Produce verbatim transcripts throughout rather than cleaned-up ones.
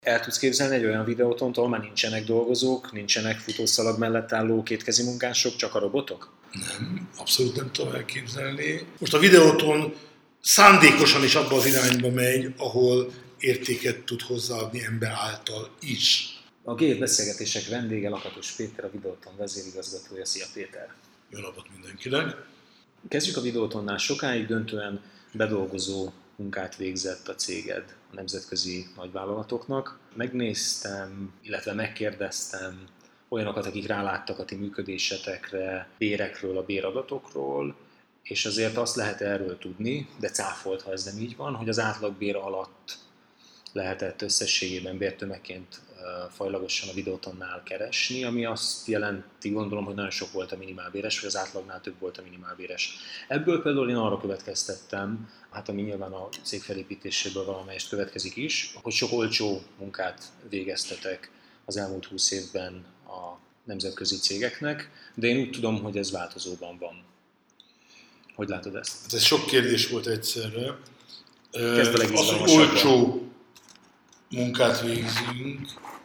El tudsz képzelni egy olyan videótont, ahol már nincsenek dolgozók, nincsenek futószalag mellett álló kétkezi munkások, csak a robotok? Nem, abszolút nem tudom elképzelni. Most a videóton szándékosan is abba az irányba megy, ahol értéket tud hozzáadni ember által is. A G F beszélgetések vendége Lakatos Péter, a Videóton vezérigazgatója. Szia Péter! Jó napot mindenkinek! Kezdjük a Videótonnál. Sokáig döntően bedolgozó munkát végzett a céged a nemzetközi nagyvállalatoknak. Megnéztem, illetve megkérdeztem olyanokat, akik ráláttak a ti működésetekre, bérekről, a béradatokról, és azért azt lehet erről tudni, de cáfolt, ha ez nem így van, hogy az átlagbér alatt lehetett összességében bértömegként fajlagosan a Videótonnál keresni, ami azt jelenti, gondolom, hogy nagyon sok volt a minimálbéres, vagy az átlagnál több volt a minimálbéres. Ebből például én arra következtettem, hát ami nyilván a cég felépítéséből valamelyest következik is, hogy sok olcsó munkát végeztetek az elmúlt húsz évben a nemzetközi cégeknek, de én úgy tudom, hogy ez változóban van. Hogy látod ezt? Hát ez sok kérdés volt egyszerre. Az, hogy olcsó munkát végzünk,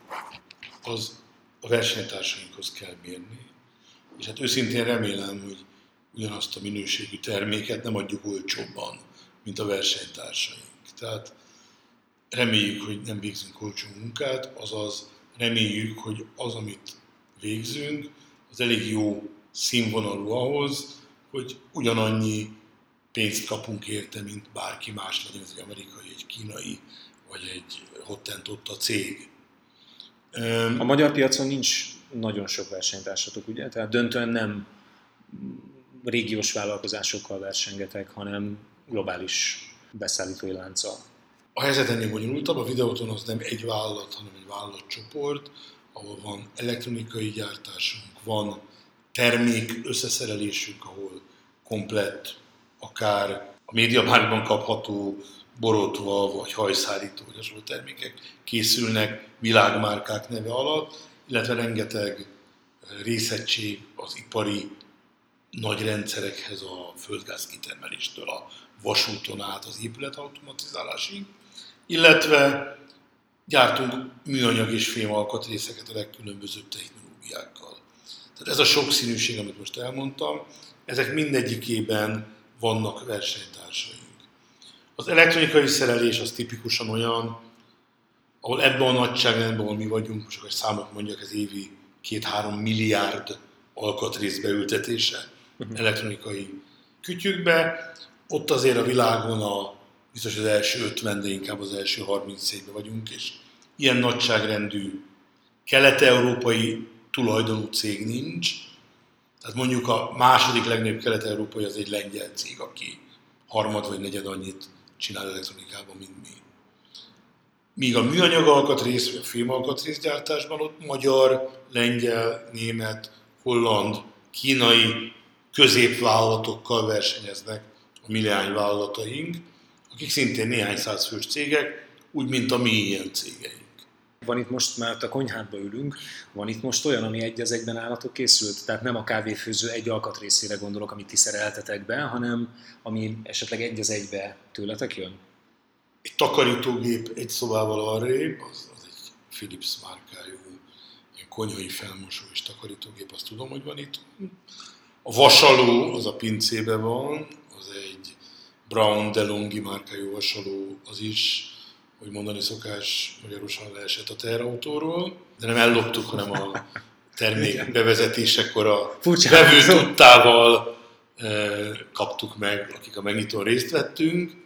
az a versenytársainkhoz kell mérni. És hát őszintén remélem, hogy ugyanazt a minőségű terméket nem adjuk olcsóbban, mint a versenytársaink. Tehát reméljük, hogy nem végzünk olcsó munkát, azaz reméljük, hogy az, amit végzünk, az elég jó színvonalú ahhoz, hogy ugyanannyi pénzt kapunk érte, mint bárki más, legyen ez egy amerikai, egy kínai, vagy egy hottentott a cég. A magyar piacon nincs nagyon sok versenytársatok, ugye? Tehát döntően nem régiós vállalkozásokkal versengetek, hanem globális beszállítói lánccal. A helyzet ennél bonyolultabb, a Videóton az nem egy vállalat, hanem egy vállalatcsoport, ahol van elektronikai gyártásunk, van termék összeszerelésünk, ahol komplett, akár a médiamárkban kapható borotva vagy hajszárító vagy hasonló termékek készülnek világmárkák neve alatt, illetve rengeteg részegység az ipari nagy rendszerekhez, a földgáz kitermeléstől a vasúton át az épületautomatizálásig, illetve gyártunk műanyag és fém alkatrészeket a legkülönbözőbb technológiákkal. Tehát ez a sokszínűség, amit most elmondtam, ezek mindegyikében vannak versenytársaink. Az elektronikai szerelés az tipikusan olyan, ahol ebben a nagyságrendben, ahol mi vagyunk, csak egy számot mondjak, ez évi két-három milliárd alkatrész beültetése elektronikai kütyükbe. Ott azért a világon a, biztos az első ötven, de inkább az első harminc cégben vagyunk, és ilyen nagyságrendű kelet-európai tulajdonú cég nincs. Tehát mondjuk a második legnagyobb kelet-európai az egy lengyel cég, aki harmad vagy negyed annyit csinál elektronikában, mint mi. Míg a műanyag alkatrész, vagy a fém alkatrészgyártásban ott magyar, lengyel, német, holland, kínai középvállalatokkal versenyeznek a mi leányvállalataink, akik szintén néhány száz fős cégek, úgy, mint a mi ilyen cégeink. Van itt most, mert a konyhádba ülünk, van itt most olyan, ami egy az egyben állatok készült? Tehát nem a kávéfőző egy alkatrészére gondolok, amit ti szereltetek be, hanem ami esetleg egy az egybe tőletek jön? Egy takarítógép egy szobával arrébb, az, az egy Philips márkájú, egy konyhai felmosó és takarítógép, azt tudom, hogy van itt. A vasaló, az a pincében van, az egy Brown DeLonghi márkájú vasaló, az is, hogy mondani szokás, magyarosan leesett a teherautóról, de nem elloptuk, hanem a termék bevezetésekor a vevő tudtával e, kaptuk meg, akik a megnyitón részt vettünk.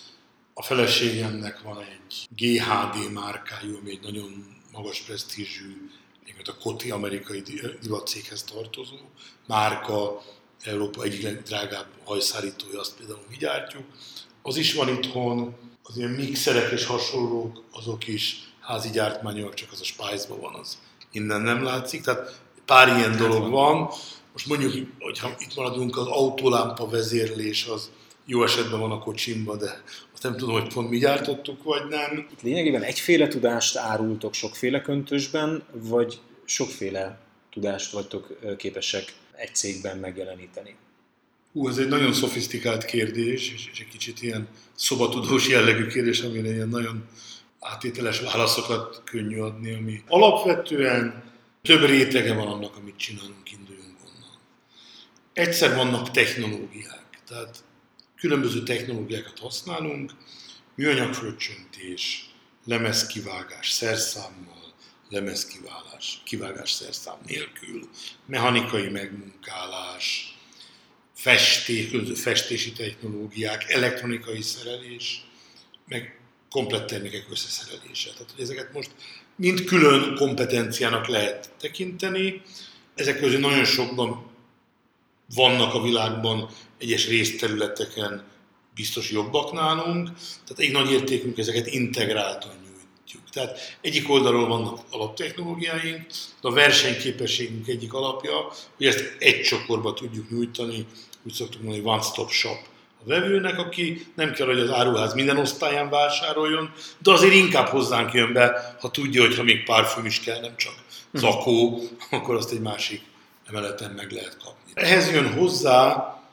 A feleségemnek van egy G H D márkájú, ami egy nagyon magas presztízsű, a Coty amerikai divatcéghez tartozó márka, Európa egyik legdrágább hajszárítója, azt például mi gyártjuk. Az is van itthon, az ilyen mixerek és hasonlók, azok is házi gyártmányok, csak az a Spice-ban van, az innen nem látszik. Tehát pár ilyen dolog van. Most mondjuk, hogyha itt maradunk, az autólámpa vezérlés az jó esetben van a kocsimban, de azt nem tudom, hogy pont mi gyártottuk, vagy nem. Itt lényegében egyféle tudást árultok sokféle köntösben, vagy sokféle tudást vagytok képesek egy cégben megjeleníteni? Hú, ez egy nagyon szofisztikált kérdés, és egy kicsit ilyen szobatudós jellegű kérdés, amire ilyen nagyon áttételes válaszokat könnyű adni, ami alapvetően több rétege van annak, amit csinálunk, induljunk onnan. Egyszer vannak technológiák, tehát különböző technológiákat használunk, műanyagfröccsöntés, lemezkivágás szerszámmal, lemezkiválás, kivágás szerszám nélkül, mechanikai megmunkálás, festés, különböző festési technológiák, elektronikai szerelés, meg komplett termékek összeszerelése. Tehát, hogy ezeket most mind külön kompetenciának lehet tekinteni. Ezek közül nagyon sokban vannak a világban egyes részterületeken biztos jobbak nálunk, tehát egy nagy értékünk, ezeket integráltan nyújtjuk. Tehát egyik oldalról vannak alaptechnológiáink, de a versenyképességünk egyik alapja, hogy ezt egy csokorba tudjuk nyújtani, úgy szoktuk mondani, one stop shop a vevőnek, aki nem kell, hogy az áruház minden osztályán vásároljon, de azért inkább hozzánk jön be, ha tudja, hogy ha még parfüm is kell, nem csak zakó, akkor azt egy másik emeleten meg lehet kapni. Ehhez jön hozzá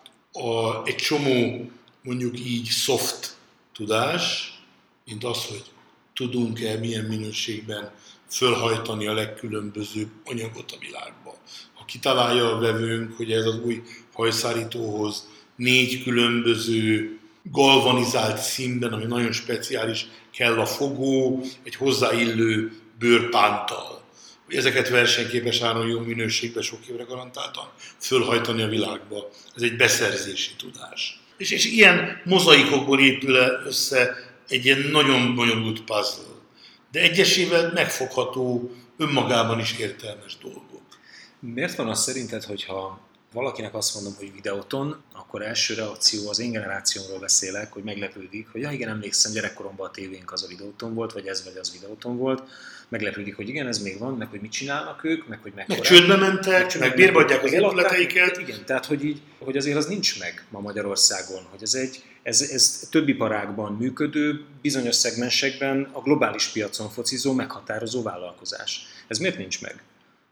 a, egy csomó, mondjuk így soft tudás, mint az, hogy tudunk-e milyen minőségben fölhajtani a legkülönbözőbb anyagot a világba. Ha kitalálja a vevőnk, hogy ez az új hajszárítóhoz négy különböző galvanizált színben, ami nagyon speciális, kell a fogó, egy hozzáillő bőrpánttal. Hogy ezeket versenyképes áron, jó minőségben sok évre garantáltan fölhajtani a világba. Ez egy beszerzési tudás. És, és ilyen mozaikokból épül össze egy ilyen nagyon bonyolult puzzle. De egyesével megfogható, önmagában is értelmes dolgok. Miért van az szerinted, hogyha valakinek azt mondom, hogy videóton, akkor első reakció, az én generációmról beszélek, hogy meglepődik, hogy ja igen, emlékszem, gyerekkoromban a tévénk az a videóton volt, vagy ez vagy az videóton volt. Meglepődik, hogy igen, ez még van, meg hogy mit csinálnak ők, meg hogy mekkora. Meg csődbe mentek, meg bérbe adják az épületeiket. Igen, tehát hogy, így, hogy azért az nincs meg ma Magyarországon, hogy ez egy ez, ez több iparágban működő, bizonyos szegmensekben a globális piacon focizó, meghatározó vállalkozás. Ez miért nincs meg?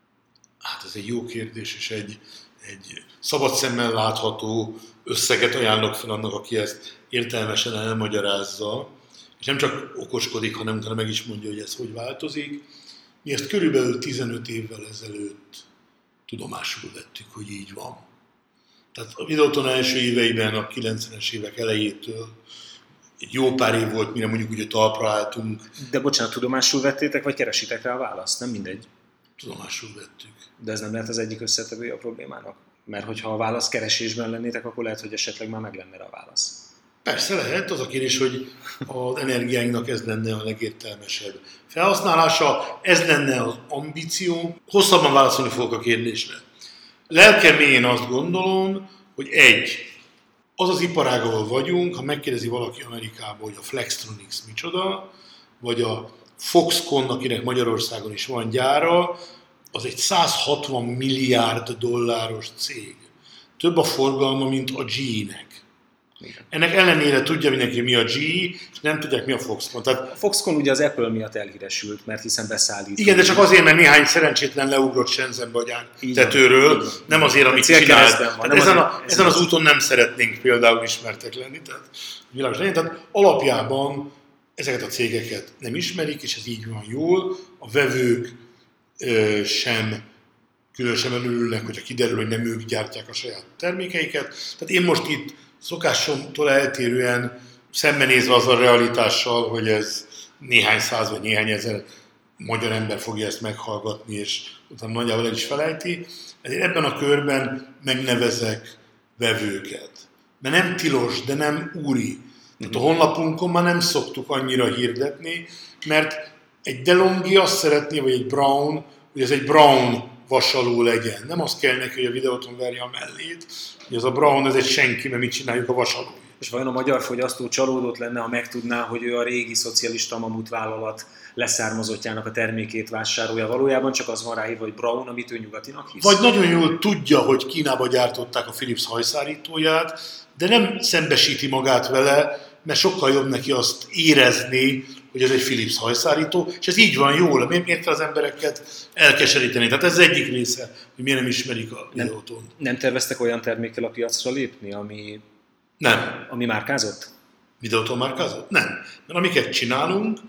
Hát ez egy jó kérdés, és egy, egy szabad szemmel látható összeget ajánlok fel annak, aki ezt értelmesen elmagyarázza, és nem csak okoskodik, hanem utána meg is mondja, hogy ez hogy változik. Mi ezt körülbelül tizenöt évvel ezelőtt tudomásul vettük, hogy így van. Tehát a videóton első éveiben, a kilencvenes évek elejétől egy jó pár év volt, mire mondjuk ugye talpra álltunk. De bocsánat, tudomásul vettétek, vagy keresitek rá a választ? Nem mindegy. Tudomásul vettük. De ez nem lehet az egyik összetevője a problémának? Mert hogyha a válasz keresésben lennétek, akkor lehet, hogy esetleg már meg lenne a válasz. Persze lehet, az a kérdés, hogy az energiáinknak ez lenne a legértelmesebb felhasználása, ez lenne az ambíció. Hosszabban válaszolni fogok a kérdésre. Lelkem én azt gondolom, hogy egy, az az iparág, ahol vagyunk, ha megkérdezi valaki Amerikában, hogy a Flextronics micsoda, vagy a Foxconn, akinek Magyarországon is van gyára, az egy száz hatvan milliárd dolláros cég. Több a forgalma, mint a gé é-nek. Igen. Ennek ellenére tudja mindenki, mi a gé é, és nem tudják, mi a Foxconn. Tehát, a Foxconn ugye az Apple miatt elhíresült, mert hiszen beszállít. Igen, de csak azért, mert néhány szerencsétlen leugrott Shenzhenbe a tetőről, nem azért, amit csinált. Ezen, azért, a, ezen az úton nem szeretnénk például ismertek lenni. Tehát, világos legyen. Tehát alapjában ezeket a cégeket nem ismerik, és ez így van jól. A vevők ö, sem különösen örülnek, hogyha kiderül, hogy nem ők gyártják a saját termékeiket. Tehát én most itt szokásomtól eltérően szembenézve az a realitással, hogy ez néhány száz vagy néhány ezer magyar ember fogja ezt meghallgatni, és utána nagyjából el is felejti, ezért ebben a körben megnevezek vevőket. Mert nem tilos, de nem úri. Tehát a honlapunkon már nem szoktuk annyira hirdetni, mert egy DeLonghi azt szeretné, vagy egy Brown, hogy ez egy Brown vasaló legyen. Nem azt kell neki, hogy a videóton verje a mellét, hogy ez a Brown, ez egy senki, mert mit csináljuk a vasalója. És vajon a magyar fogyasztó csalódott lenne, ha megtudná, hogy ő a régi szocialista mamutvállalat leszármazottjának a termékét vásárolja, valójában csak az van ráírva, hogy Brown, amit ő nyugatinak hisz? Vagy nagyon jól tudja, hogy Kínába gyártották a Philips hajszárítóját, de nem szembesíti magát vele, mert sokkal jobb neki azt érezni, hogy ez egy Philips hajszárító, és ez így van jól, miért kell az embereket elkeseríteni? Tehát ez az egyik része, hogy miért nem ismerik a videótont. Nem, nem terveztek olyan termékkel a piacra lépni, ami, nem. ami márkázott? Videóton márkázott? Nem. Mert amiket csinálunk,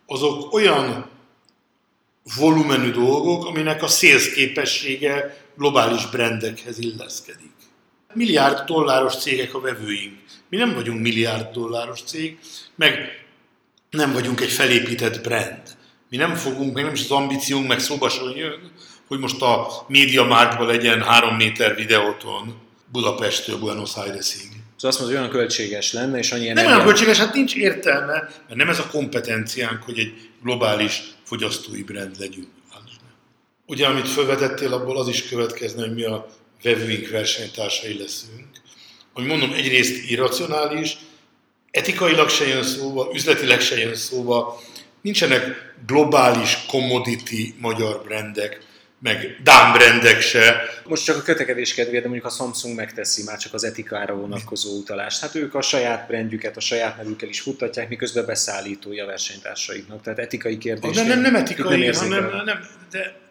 azok olyan volumenű dolgok, aminek a sales képessége globális brandekhez illeszkedik. Milliárd dolláros cégek a vevőink. Mi nem vagyunk milliárd dolláros cég, meg nem vagyunk egy felépített brand. Mi nem fogunk, meg nem is az ambíciónk, meg szóba sem jön, hogy most a MediaMarktban legyen három méter videóton Budapesttől Buenos Airesig. Szóval azt mondod, hogy olyan költséges lenne, és annyi energia... Nem olyan költséges, hát nincs értelme, mert nem ez a kompetenciánk, hogy egy globális fogyasztói brand legyünk. Ugye, amit felvetettél, abból az is következne, hogy mi a vevőink versenytársai leszünk. Ami mondom, egyrészt irracionális, etikailag se jön szóba, üzletileg se jön szóba, nincsenek globális commodity magyar brandek, meg dán brandek se. Most csak a kötekedés kedvéért, de mondjuk a Samsung megteszi már csak az etikára vonatkozó utalást. Hát ők a saját brandjüket, a saját nevükkel is futtatják, miközben beszállítója a versenytársaiknak. Tehát etikai kérdés. De nem, nem etikai, nem hanem nem, de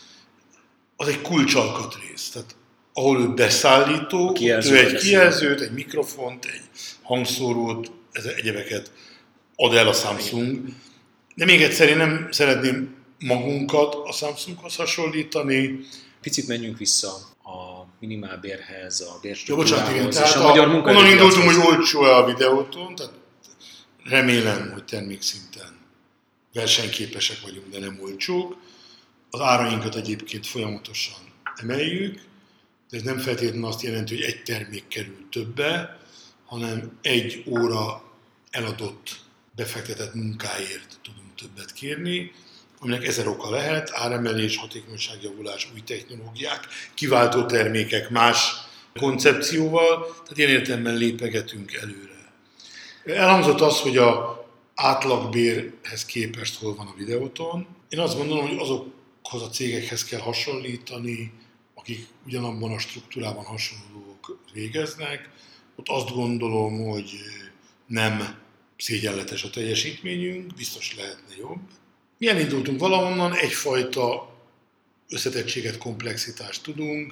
az egy kulcsalkatrész. Tehát ahol ő beszállító, ő egy kijelzőt, egy mikrofont, egy hangszórót, egyebeket ad el a Samsung. De még egyszer én nem szeretném magunkat a Samsunghoz hasonlítani. Picit menjünk vissza a minimálbérhez, a bérstruktúrához, és a, a magyar munkaerőpiachoz. Onnan indultunk, hogy olcsó-e a videóton, tehát remélem, hogy termékszinten versenyképesek vagyunk, de nem olcsók. Az árainkat egyébként folyamatosan emeljük, de ez nem feltétlenül azt jelenti, hogy egy termék kerül többe, hanem egy óra eladott, befektetett munkáért tudunk többet kérni, aminek ezer oka lehet, áremelés, hatékonyságjavulás, új technológiák, kiváltó termékek más koncepcióval, tehát ilyen értelemben lépegetünk előre. Elhangzott az, hogy a átlagbérhez képest hol van a videóton. Én azt gondolom, hogy azokhoz a cégekhez kell hasonlítani, akik ugyanabban a struktúrában hasonló dolgok végeznek. Ott azt gondolom, hogy nem szégyenletes a teljesítményünk, biztos lehetne jobb. Mi elindultunk valahonnan, egyfajta összetettséget, komplexitást tudunk.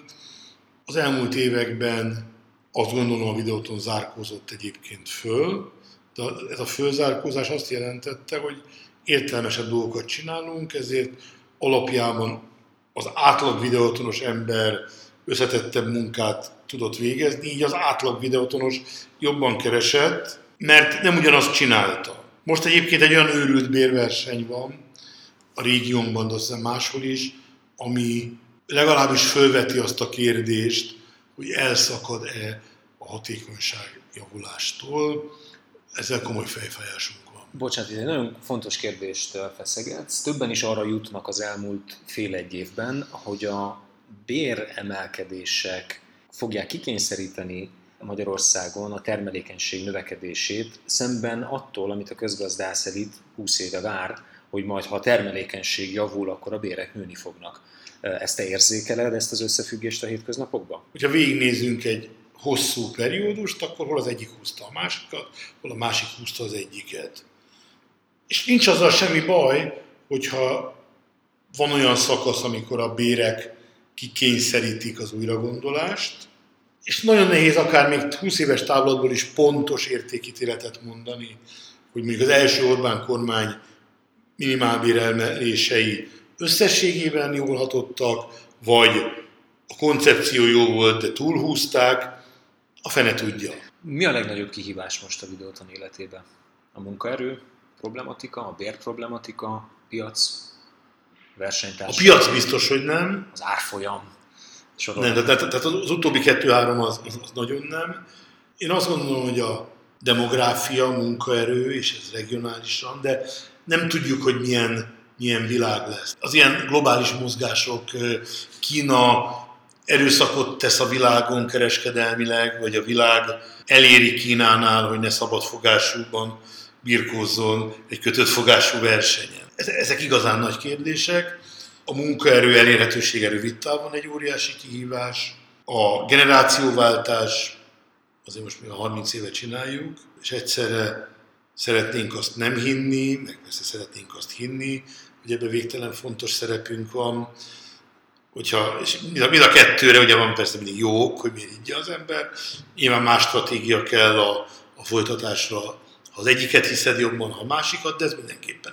Az elmúlt években azt gondolom a videóton zárkózott egyébként föl, de ez a fölzárkózás azt jelentette, hogy értelmesebb dolgokat csinálunk, ezért alapjában az átlag videótonos ember összetettebb munkát tudott végezni, így az átlag videótonos jobban keresett, mert nem ugyanazt csinálta. Most egyébként egy olyan őrült bérverseny van a régiónkban, de aztán máshol is, ami legalábbis fölveti azt a kérdést, hogy elszakad-e a hatékonyság javulástól. Ezzel komoly fejfájásunk van. Bocsánat, ez egy nagyon fontos kérdést feszegetsz. Többen is arra jutnak az elmúlt fél-egy évben, hogy a béremelkedések fogják kikényszeríteni Magyarországon a termelékenység növekedését, szemben attól, amit a közgazdász elit húsz éve vár, hogy majd ha a termelékenység javul, akkor a bérek nőni fognak. Ezt te érzékeled, ezt az összefüggést a hétköznapokban? Ha végignézünk egy hosszú periódust, akkor hol az egyik húzta a másikat, hol a másik húzta az egyiket. És nincs azzal semmi baj, hogyha van olyan szakasz, amikor a bérek kikényszerítik az újragondolást, és nagyon nehéz akár még húsz éves távlatból is pontos értékítéletet mondani, hogy mondjuk az első Orbán kormány minimálbéremelései összességében jól hatottak, vagy a koncepció jó volt, de túlhúzták, a fene tudja. Mi a legnagyobb kihívás most a videóton életében? A munkaerő problematika, a bér problematika, piac, versenytársak? A piac biztos, hogy nem. Az árfolyam. Nem, tehát, tehát az utóbbi kettő-három az, az, az nagyon nem. Én azt gondolom, hogy a demográfia, munkaerő, és ez regionálisan, de nem tudjuk, hogy milyen, milyen világ lesz. Az ilyen globális mozgások, Kína erőszakot tesz a világon kereskedelmileg, vagy a világ eléri Kínánál, hogy ne szabadfogásúban birkózzon egy kötött fogású versenyen. Ezek igazán nagy kérdések. A munkaerő elérhetősége rövid távon egy óriási kihívás. A generációváltás, azért most még a harminc éve csináljuk, és egyszerre szeretnénk azt nem hinni, meg persze szeretnénk azt hinni, hogy ebben végtelen fontos szerepünk van. Hogyha, és mind a, mind a kettőre ugye van persze mindig jó ok, hogy miért higgye az ember. Nyilván más stratégia kell a, a folytatásra, ha az egyiket hiszed jobban, ha a másikat, de ez mindenképpen egy,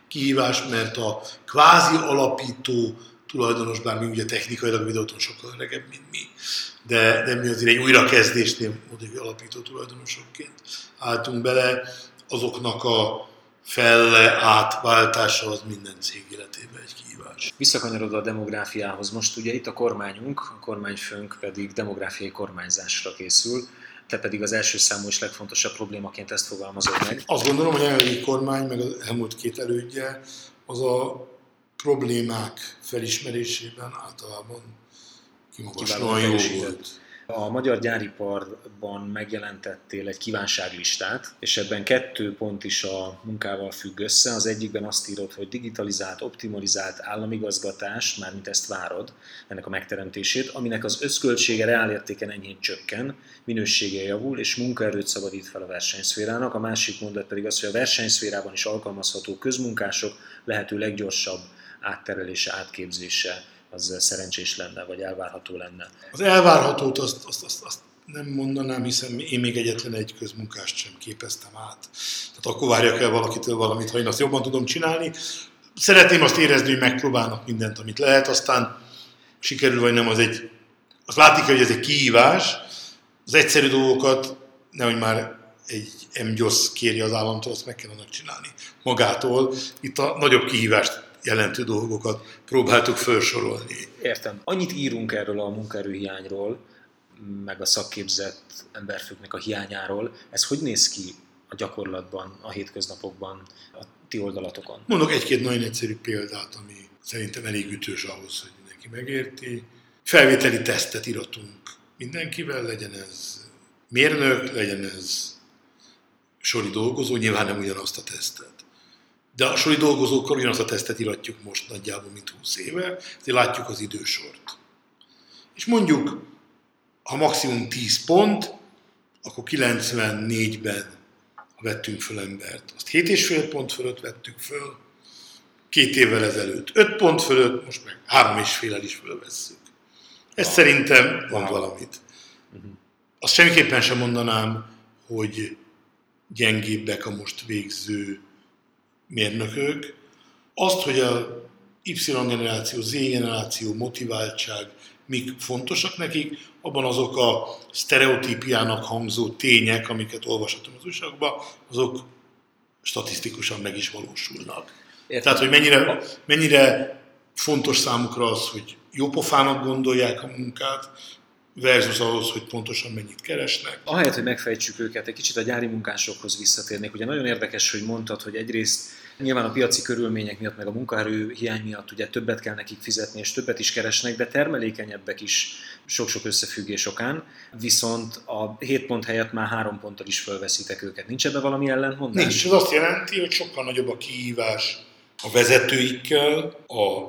kihívás, mert a kvázi alapító tulajdonos, bár mi ugye technikailag a Videóton sokkal öregebb, mint mi, de, de mi azért egy újrakezdésnél mondjuk alapító tulajdonosokként álltunk bele, azoknak a felle átváltása az minden cég életében egy kihívás. Visszakanyarodva a demográfiához, most ugye itt a kormányunk, a kormányfőnk pedig demográfiai kormányzásra készül, te pedig az első számú és legfontosabb problémaként ezt fogalmazod meg. Azt gondolom, hogy a jelenlegi kormány, meg az elmúlt két elődje, az a problémák felismerésében általában kimagaslóan jó volt. A magyar gyáriparban megjelentettél egy kívánságlistát, és ebben kettő pont is a munkával függ össze. Az egyikben azt írod, hogy digitalizált, optimalizált államigazgatást, mármint ezt várod, ennek a megteremtését, aminek az összköltsége reálértéken enyhén csökken, minősége javul, és munkaerőt szabadít fel a versenyszférának. A másik mondat pedig az, hogy a versenyszférában is alkalmazható közmunkások lehető leggyorsabb átterelése, átképzése az szerencsés lenne, vagy elvárható lenne. Az elvárhatót azt, azt, azt, azt nem mondanám, hiszen én még egyetlen egy közmunkást sem képeztem át. Tehát akkor várjak el valakitől valamit, ha én azt jobban tudom csinálni. Szeretném azt érezni, hogy megpróbálnak mindent, amit lehet, aztán sikerül vagy nem, az egy, azt látni kell, hogy ez egy kihívás. Az egyszerű dolgokat, nehogy már egy em gyosz kéri az államtól, azt meg kell annak csinálni magától. Itt a nagyobb kihívást jelentő dolgokat próbáltuk felsorolni. Értem. Annyit írunk erről a munkaerőhiányról, meg a szakképzett emberfőknek a hiányáról. Ez hogy néz ki a gyakorlatban, a hétköznapokban, a ti oldalatokon? Mondok egy-két nagyon egyszerű példát, ami szerintem elég ütős ahhoz, hogy mindenki megérti. Felvételi tesztet iratunk mindenkivel, legyen ez mérnök, legyen ez sori dolgozó, nyilván nem ugyanazt a tesztet. De a sori dolgozókkal ugyanazt a tesztet iratjuk most nagyjából, mint húsz éve, ezért látjuk az idősort. És mondjuk, ha maximum tíz pont, akkor kilencvennégyben vettünk föl embert. Azt hét és fél pont fölött vettük föl, két évvel ezelőtt öt pont fölött, most meg három és féllel is fölvesszük. Ez szerintem van valamit. Azt semmiképpen sem mondanám, hogy gyengébbek a most végző mérnökök. Azt, hogy a Y-generáció, Z-generáció, motiváltság mik fontosak nekik, abban azok a sztereotípiának hangzó tények, amiket olvashatom az újságban, azok statisztikusan meg is valósulnak. Értem. Tehát, hogy mennyire, mennyire fontos számukra az, hogy jópofának gondolják a munkát, versus ahhoz, hogy pontosan mennyit keresnek. Ahelyett, hogy megfejtsük őket, egy kicsit a gyári munkásokhoz visszatérnék. Ugye nagyon érdekes, hogy mondtad, hogy egyrészt nyilván a piaci körülmények miatt, meg a munkaerő hiány miatt ugye többet kell nekik fizetni, és többet is keresnek, de termelékenyebbek is sok-sok összefüggés okán, viszont a hét pont helyett már három ponttal is fölveszitek őket. Nincs ebben valami ellentmondás? Nincs. Ez azt jelenti, hogy sokkal nagyobb a kihívás a vezetőikkel, a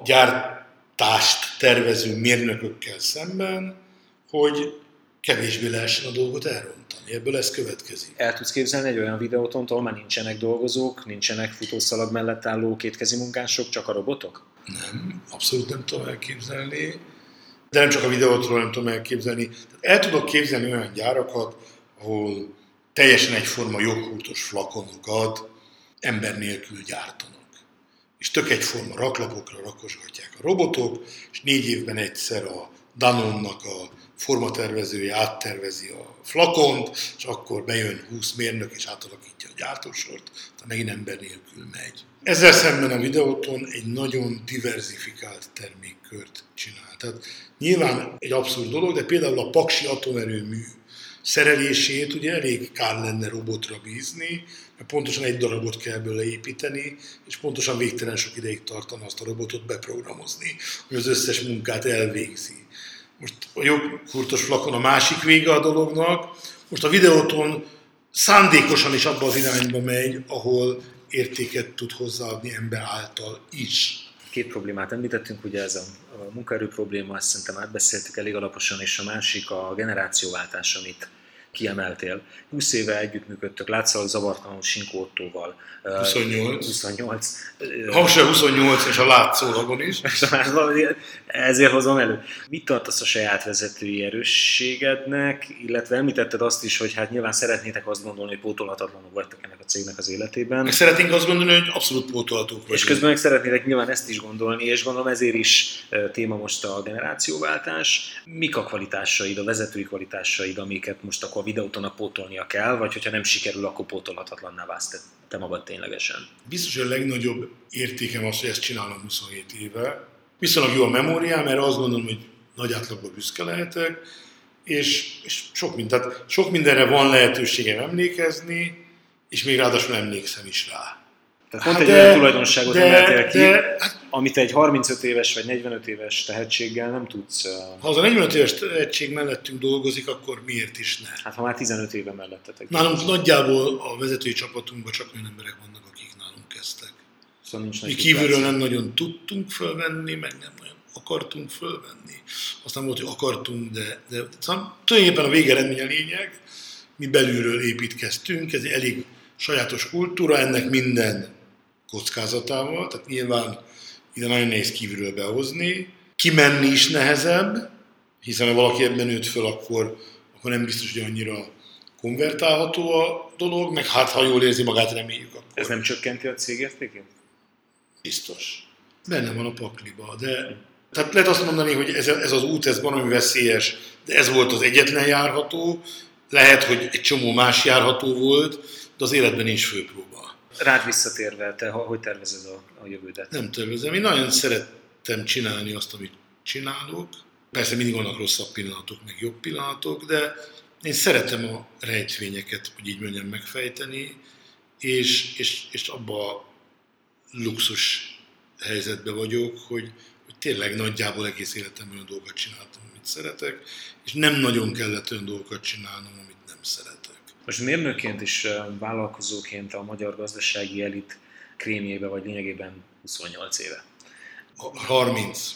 gyártást tervező mérnökökkel szemben, hogy kevésbé lehessen a dolgot elrontani. Ebből ez következik. El tudsz képzelni egy olyan videótont, ahol már nincsenek dolgozók, nincsenek futószalag mellett álló kétkezi munkások, csak a robotok? Nem, abszolút nem tudom elképzelni. De nem csak a videótról nem tudom elképzelni. El tudok képzelni olyan gyárakat, ahol teljesen egyforma joghurtos flakonokat ember nélkül gyártanak. És tök egyforma raklapokra rakosgatják a robotok, és négy évben egyszer a Danone-nak a formatervezője áttervezi a flakont, és akkor bejön húsz mérnök és átalakítja a gyártósort, tehát megint ember nélkül megy. Ezzel szemben a Videóton egy nagyon diverzifikált termékkört csinál. Tehát nyilván egy abszurd dolog, de például a Paksi atomerőmű szerelését ugye elég kár lenne robotra bízni, mert pontosan egy darabot kell belőle építeni, és pontosan végtelen sok ideig tartana azt a robotot beprogramozni, hogy az összes munkát elvégzi. Most a joghurtos flakon a másik vége a dolognak, most a Videóton szándékosan is abba az irányba megy, ahol értéket tud hozzáadni ember által is. Két problémát említettünk, ugye ez a, a munkaerő probléma, ezt szerintem átbeszéltük elég alaposan, és a másik a generációváltás, amit kiemeltél. húsz éve együttműködtök, látszólag zavartalanul Sinkó Ottóval. huszonnyolc. huszonnyolc. Ha se huszonnyolc, és a látszólagon is. Ezért hozom elő. Mit tartasz a saját vezetői erősségednek, illetve említetted azt is, hogy hát nyilván szeretnétek azt gondolni, hogy pótolhatatlanok vagytok ennek a cégnek az életében. Meg szeretnénk azt gondolni, hogy abszolút pótolhatók vagyunk. És közben meg szeretnétek nyilván ezt is gondolni, és gondolom ezért is téma most a generációváltás. Mik a kvalitásaid, a vezetői kvalitásaid, amiket most akkor a Videótonnak pótolnia kell, vagy hogyha nem sikerül, akkor pótolhatatlanná válsz te, te magad ténylegesen? Biztos, hogy a legnagyobb értékem az, hogy ezt csinálom huszonhét éve. Viszonylag jó a memóriám, mert azt gondolom, hogy nagy átlagban büszke lehetek, és, és sok, mind, tehát sok mindenre van lehetőségem emlékezni, és még ráadásul emlékszem is rá. Tehát pont hát egy de, olyan tulajdonságot de, emeltél ki, de, hát, amit egy harmincöt éves vagy negyvenöt éves tehetséggel nem tudsz... Uh... Ha az a negyvenöt éves tehetség mellettünk dolgozik, akkor miért is ne? Hát ha már tizenöt éve mellettetek. Nálunk nagyjából a vezetői csapatunkban csak olyan emberek vannak, akik nálunk kezdtek. Szóval nincs Mi kívülről nem nagyon tudtunk fölvenni, meg nem nagyon akartunk fölvenni. Aztán volt, hogy akartunk, de, de szóval tulajdonképpen a végeredmény a lényeg. Mi belülről építkeztünk, ez egy elég sajátos kultúra, ennek minden kockázatával, tehát nyilván ide nagyon nehéz kívülről behozni. Kimenni is nehezebb, hiszen ha valaki ebben nőtt föl, akkor, akkor nem biztos, hogy annyira konvertálható a dolog, meg hát ha jól érzi magát, reméljük akkor. Ez nem csökkenti a cég értékét? Biztos. Benne van a pakliba, de tehát lehet azt mondani, hogy ez, ez az út, ez valami veszélyes, de ez volt az egyetlen járható, lehet, hogy egy csomó más járható volt, de az életben nincs főpróba. Rád visszatérve, te hogy tervezed a, a jövődet? Nem tervezem. Én nagyon szerettem csinálni azt, amit csinálok. Persze mindig vannak rosszabb pillanatok, meg jobb pillanatok, de én szeretem a rejtvényeket, hogy így mondjam, megfejteni, és, és, és abba a luxus helyzetben vagyok, hogy, hogy tényleg nagyjából egész életemben olyan dolgokat csináltam, amit szeretek, és nem nagyon kellett olyan dolgokat csinálnom, amit nem szeretek. Most mérnökként és vállalkozóként a magyar gazdasági elit krémjébe vagy lényegében huszonnyolc éve. harminc.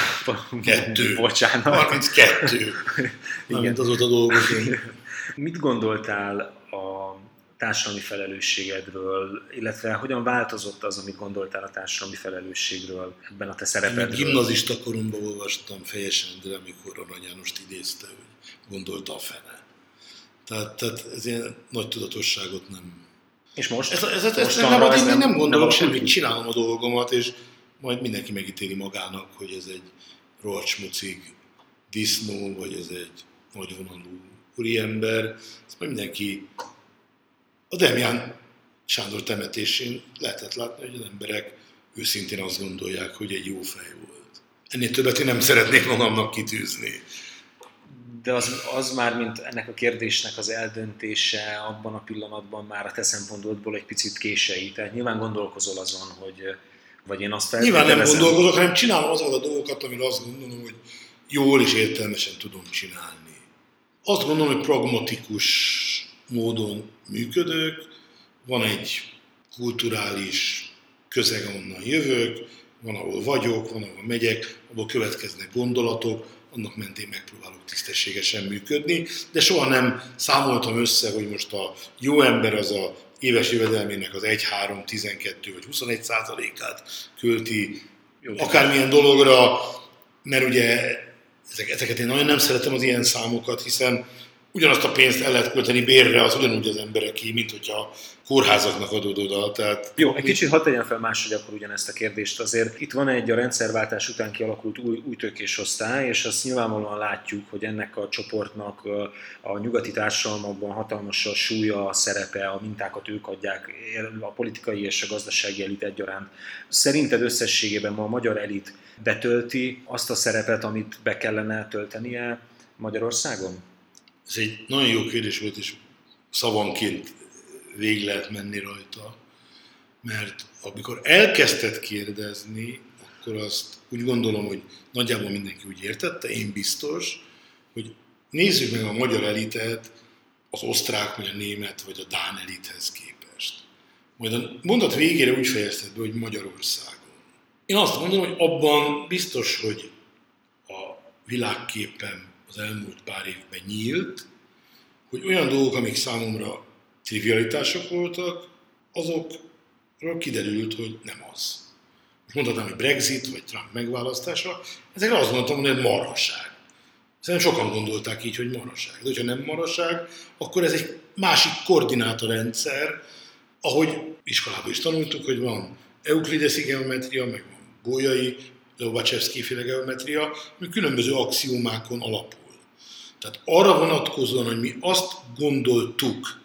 Kettő. Bocsánat. harminckettő. Amint azóta dolgozunk. Mit gondoltál a társadalmi felelősségedről, illetve hogyan változott az, amit gondoltál a társadalmi felelősségről ebben a te szerepedről? Én gimnazista koromban olvastam Fejes Endre, amikor Arany Jánost idézte, hogy gondolta a fene. Tehát, tehát ez ilyen nagy tudatosságot nem... És most? Ez, ez, ez, ez nem, én nem, nem gondolom semmit, csinálom a dolgomat, és majd mindenki megítéli magának, hogy ez egy rohadsmucig disznó, vagy ez egy nagyvonalú úriember. Ezt majd mindenki... A Demján Sándor temetésén lehetett látni, hogy az emberek őszintén azt gondolják, hogy egy jó fej volt. Ennél többet én nem szeretnék magamnak kitűzni. De az, az már, mint ennek a kérdésnek az eldöntése abban a pillanatban már a te szempontodból egy picit késői. Tehát nyilván gondolkozol azon, hogy vagy én azt feltételezem. Nyilván nem gondolkozok, hanem csinálom azokat a dolgokat, amire azt gondolom, hogy jól és értelmesen tudom csinálni. Azt gondolom, hogy pragmatikus módon működök, van egy kulturális közeg, ahonnan jövök, van, ahol vagyok, van, ahol megyek, abból következnek gondolatok, annak mentén megpróbálok tisztességesen működni, de soha nem számoltam össze, hogy most a jó ember az a éves jövedelmének az egy, három, tizenkettő vagy huszonegy százalékát költi akármilyen dologra, mert ugye ezeket én nagyon nem szeretem az ilyen számokat, hiszen ugyanazt a pénzt el lehet költeni bérre, az ugyanúgy az embereké, mint hogyha kórházaknak adod oda. Tehát... Jó, egy kicsit hadd tegyen fel máshogy akkor ugyanezt a kérdést. Azért itt van egy a rendszerváltás után kialakult új, új tőkés osztály, és azt nyilvánvalóan látjuk, hogy ennek a csoportnak a nyugati társadalmakban hatalmas a súlya, a szerepe, a mintákat ők adják, a politikai és a gazdasági elit egyaránt. Szerinted összességében ma a magyar elit betölti azt a szerepet, amit be kellene töltenie Magyarországon? Ez egy nagyon jó kérdés volt, és szavanként végig lehet menni rajta, mert amikor elkezdted kérdezni, akkor azt úgy gondolom, hogy nagyjából mindenki úgy értette, én biztos, hogy nézzük meg a magyar elitet az osztrák, vagy a német, vagy a dán elithez képest. Majd a mondat végére úgy fejezted be, hogy Magyarországon. Én azt mondom, hogy abban biztos, hogy a világképen az elmúlt pár évben nyílt, hogy olyan dolgok, amik számomra trivialitások voltak, azokról kiderült, hogy nem az. Mondhatnám, hogy Brexit, vagy Trump megválasztása, ezekre azt mondtam, hogy ez marhaság. Szerintem sokan gondolták így, hogy marhaság. De hogyha nem marhaság, akkor ez egy másik koordinátorrendszer, ahogy iskolában is tanultuk, hogy van euklideszi geometria, meg van bolyai, Lobachevsky-féle geometria, ami különböző axiómákon alapul. Tehát arra vonatkozóan, hogy mi azt gondoltuk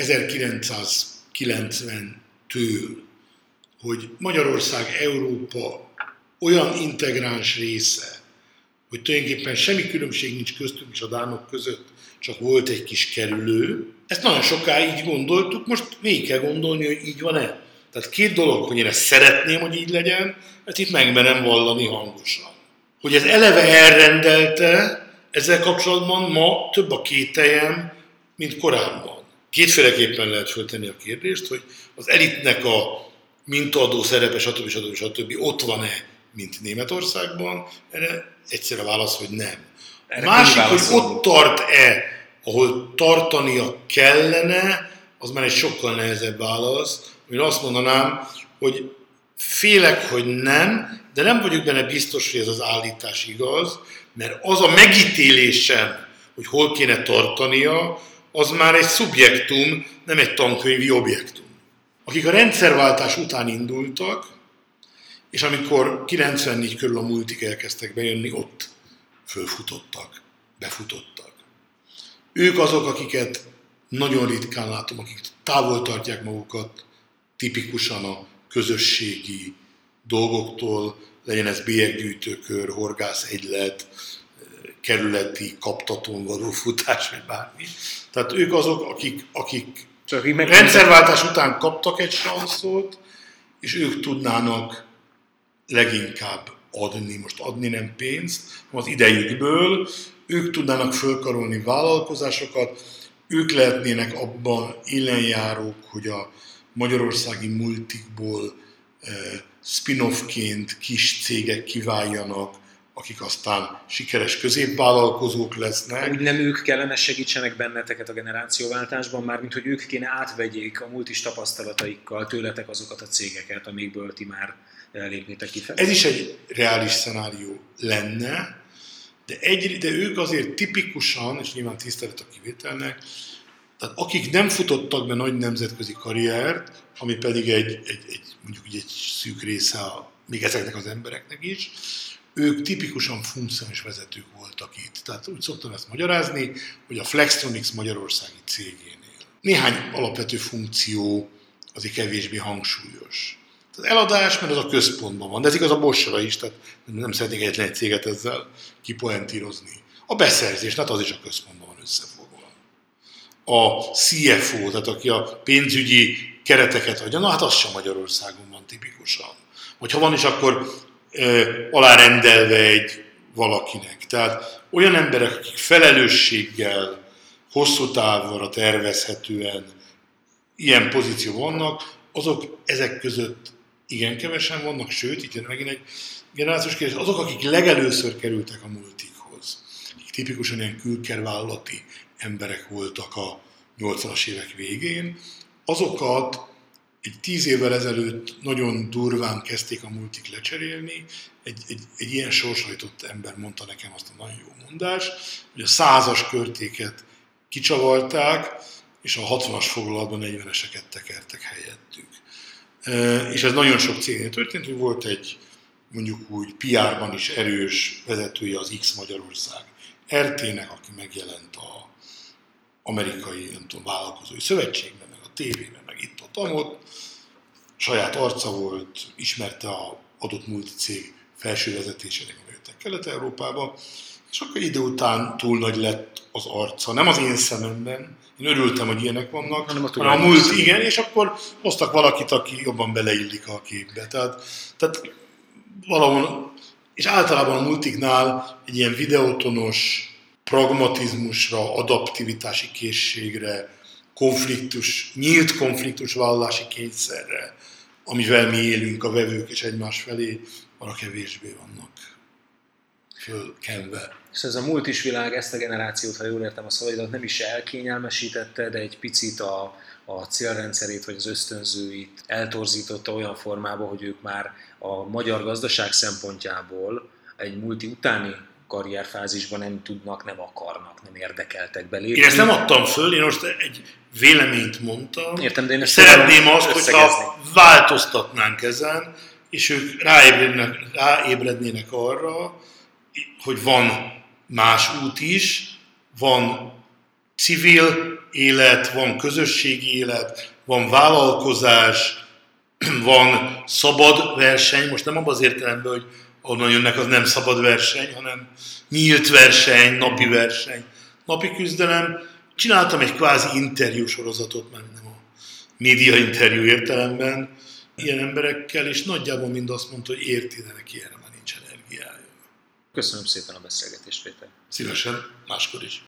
ezerkilencszázkilencventől, hogy Magyarország Európa olyan integráns része, hogy tulajdonképpen semmi különbség nincs köztünk és a dánok között, csak volt egy kis kerülő. Ezt nagyon sokáig így gondoltuk, most végig kell gondolni, hogy így van-e. Tehát két dolog, hogy én ezt szeretném, hogy így legyen, ezt itt megmerem vallani hangosan. Hogy ez eleve elrendelte, ezzel kapcsolatban ma több a kételjem, mint korábban. Kétféleképpen lehet föltenni a kérdést, hogy az elitnek a mintaadó szerepe, stb. stb. stb. Ott van-e, mint Németországban? Erre egyszerre válasz, hogy nem. A másik, hogy ott tart-e, ahol tartania kellene, az már egy sokkal nehezebb válasz. Én azt mondanám, hogy félek, hogy nem, de nem vagyok benne biztos, hogy ez az állítás igaz, mert az a megítélésem, hogy hol kéne tartania, az már egy szubjektum, nem egy tankönyvi objektum. Akik a rendszerváltás után indultak, és amikor kilencvennégy körül a multik elkezdtek bejönni, ott fölfutottak, befutottak. Ők azok, akiket nagyon ritkán látom, akik távol tartják magukat tipikusan a közösségi dolgoktól, legyen ez bélyeggyűjtőkör, horgászegylet, kerületi kaptatón való futás, vagy bármi. Tehát ők azok, akik, akik rendszerváltás után kaptak egy sanszot, és ők tudnának leginkább adni, most adni nem pénzt, hanem az idejükből, ők tudnának fölkarolni vállalkozásokat, ők lehetnének abban élenjárók, hogy a magyarországi multikból eh, spin-offként kis cégek kiváljanak, akik aztán sikeres középvállalkozók lesznek. Úgy nem ők kellene segítsenek benneteket a generációváltásban, mármint hogy ők kéne átvegyék a multis tapasztalataikkal tőletek azokat a cégeket, amikből ti már lépnétek kifelé. Ez is egy reális szenárió lenne, de, egy, de ők azért tipikusan, és nyilván tisztelet a kivételnek, tehát akik nem futottak be nagy nemzetközi karriert, ami pedig egy, egy, egy mondjuk egy szűk része a, még ezeknek az embereknek is, ők tipikusan funkciós vezetők voltak itt. Tehát úgy szoktam ezt magyarázni, hogy a Flextronics magyarországi cégénél néhány alapvető funkció azért kevésbé hangsúlyos. Az eladás, mert az a központban van, de ez igaz a Boschra is, tehát nem szeretnék egyetlen egy céget ezzel kipoentírozni. A beszerzés, hát az is a központban van összefogva. A cé ef o, tehát aki a pénzügyi kereteket adja, na hát az sem Magyarországon van tipikusan. Vagy ha van is, akkor e, alárendelve egy valakinek. Tehát olyan emberek, akik felelősséggel, hosszú távra tervezhetően ilyen pozíció vannak, azok ezek között igen kevesen vannak, sőt, itt jön megint egy generációs kérdés, azok, akik legelőször kerültek a multikhoz, akik tipikusan ilyen külkervállalati emberek voltak a nyolcvanas évek végén, azokat egy tíz évvel ezelőtt nagyon durván kezdték a multik lecserélni. Egy, egy, egy ilyen sorshajtott ember mondta nekem azt a nagyon jó mondást, hogy a százas körtéket kicsavarták, és a hatvanas foglalatban negyveneseket tekertek helyettük. És ez nagyon sok cégnél történt, hogy volt egy mondjuk úgy pé er-ban is erős vezetője az X Magyarország er té-nek, aki megjelent a amerikai, nem tudom, vállalkozói szövetségben, meg a tévében, meg itt ott, amott. Saját arca volt, ismerte a adott multicég felső vezetésének, amelyek Kelet-Európába, és akkor idő után túl nagy lett az arca. Nem az én szememben, én örültem, hogy ilyenek vannak, hanem a, hanem a múlt, igen, és akkor hoztak valakit, aki jobban beleillik a képbe. Tehát, tehát valahol, és általában a multiknál egy ilyen videótonos pragmatizmusra, adaptivitási készségre, konfliktus, nyílt konfliktus vállalási kényszerre, amivel mi élünk a vevők és egymás felé, arra kevésbé vannak fölkenve. És ez a multis világ ezt a generációt, ha jól értem a szavaidat, nem is elkényelmesítette, de egy picit a, a célrendszerét vagy az ösztönzőit eltorzította olyan formába, hogy ők már a magyar gazdaság szempontjából egy multi utáni karrierfázisban nem tudnak, nem akarnak, nem érdekeltek belépni. Én ezt nem adtam föl, én most egy véleményt mondtam. Értem, de én ezt szeretném azt, hogyha változtatnánk ezen, és ők ráébrednének, ráébrednének arra, hogy van más út is, van civil élet, van közösségi élet, van vállalkozás, van szabad verseny, most nem abban az értelemben, hogy onnan jönnek, az nem szabad verseny, hanem nyílt verseny, napi verseny, napi küzdelem. Csináltam egy kvázi interjú sorozatot, mert nem a média interjú értelemben, ilyen emberekkel, és nagyjából mind azt mondta, hogy érti, de neki erre már nincs energiája. Köszönöm szépen a beszélgetést, Péter. Szívesen, máskor is.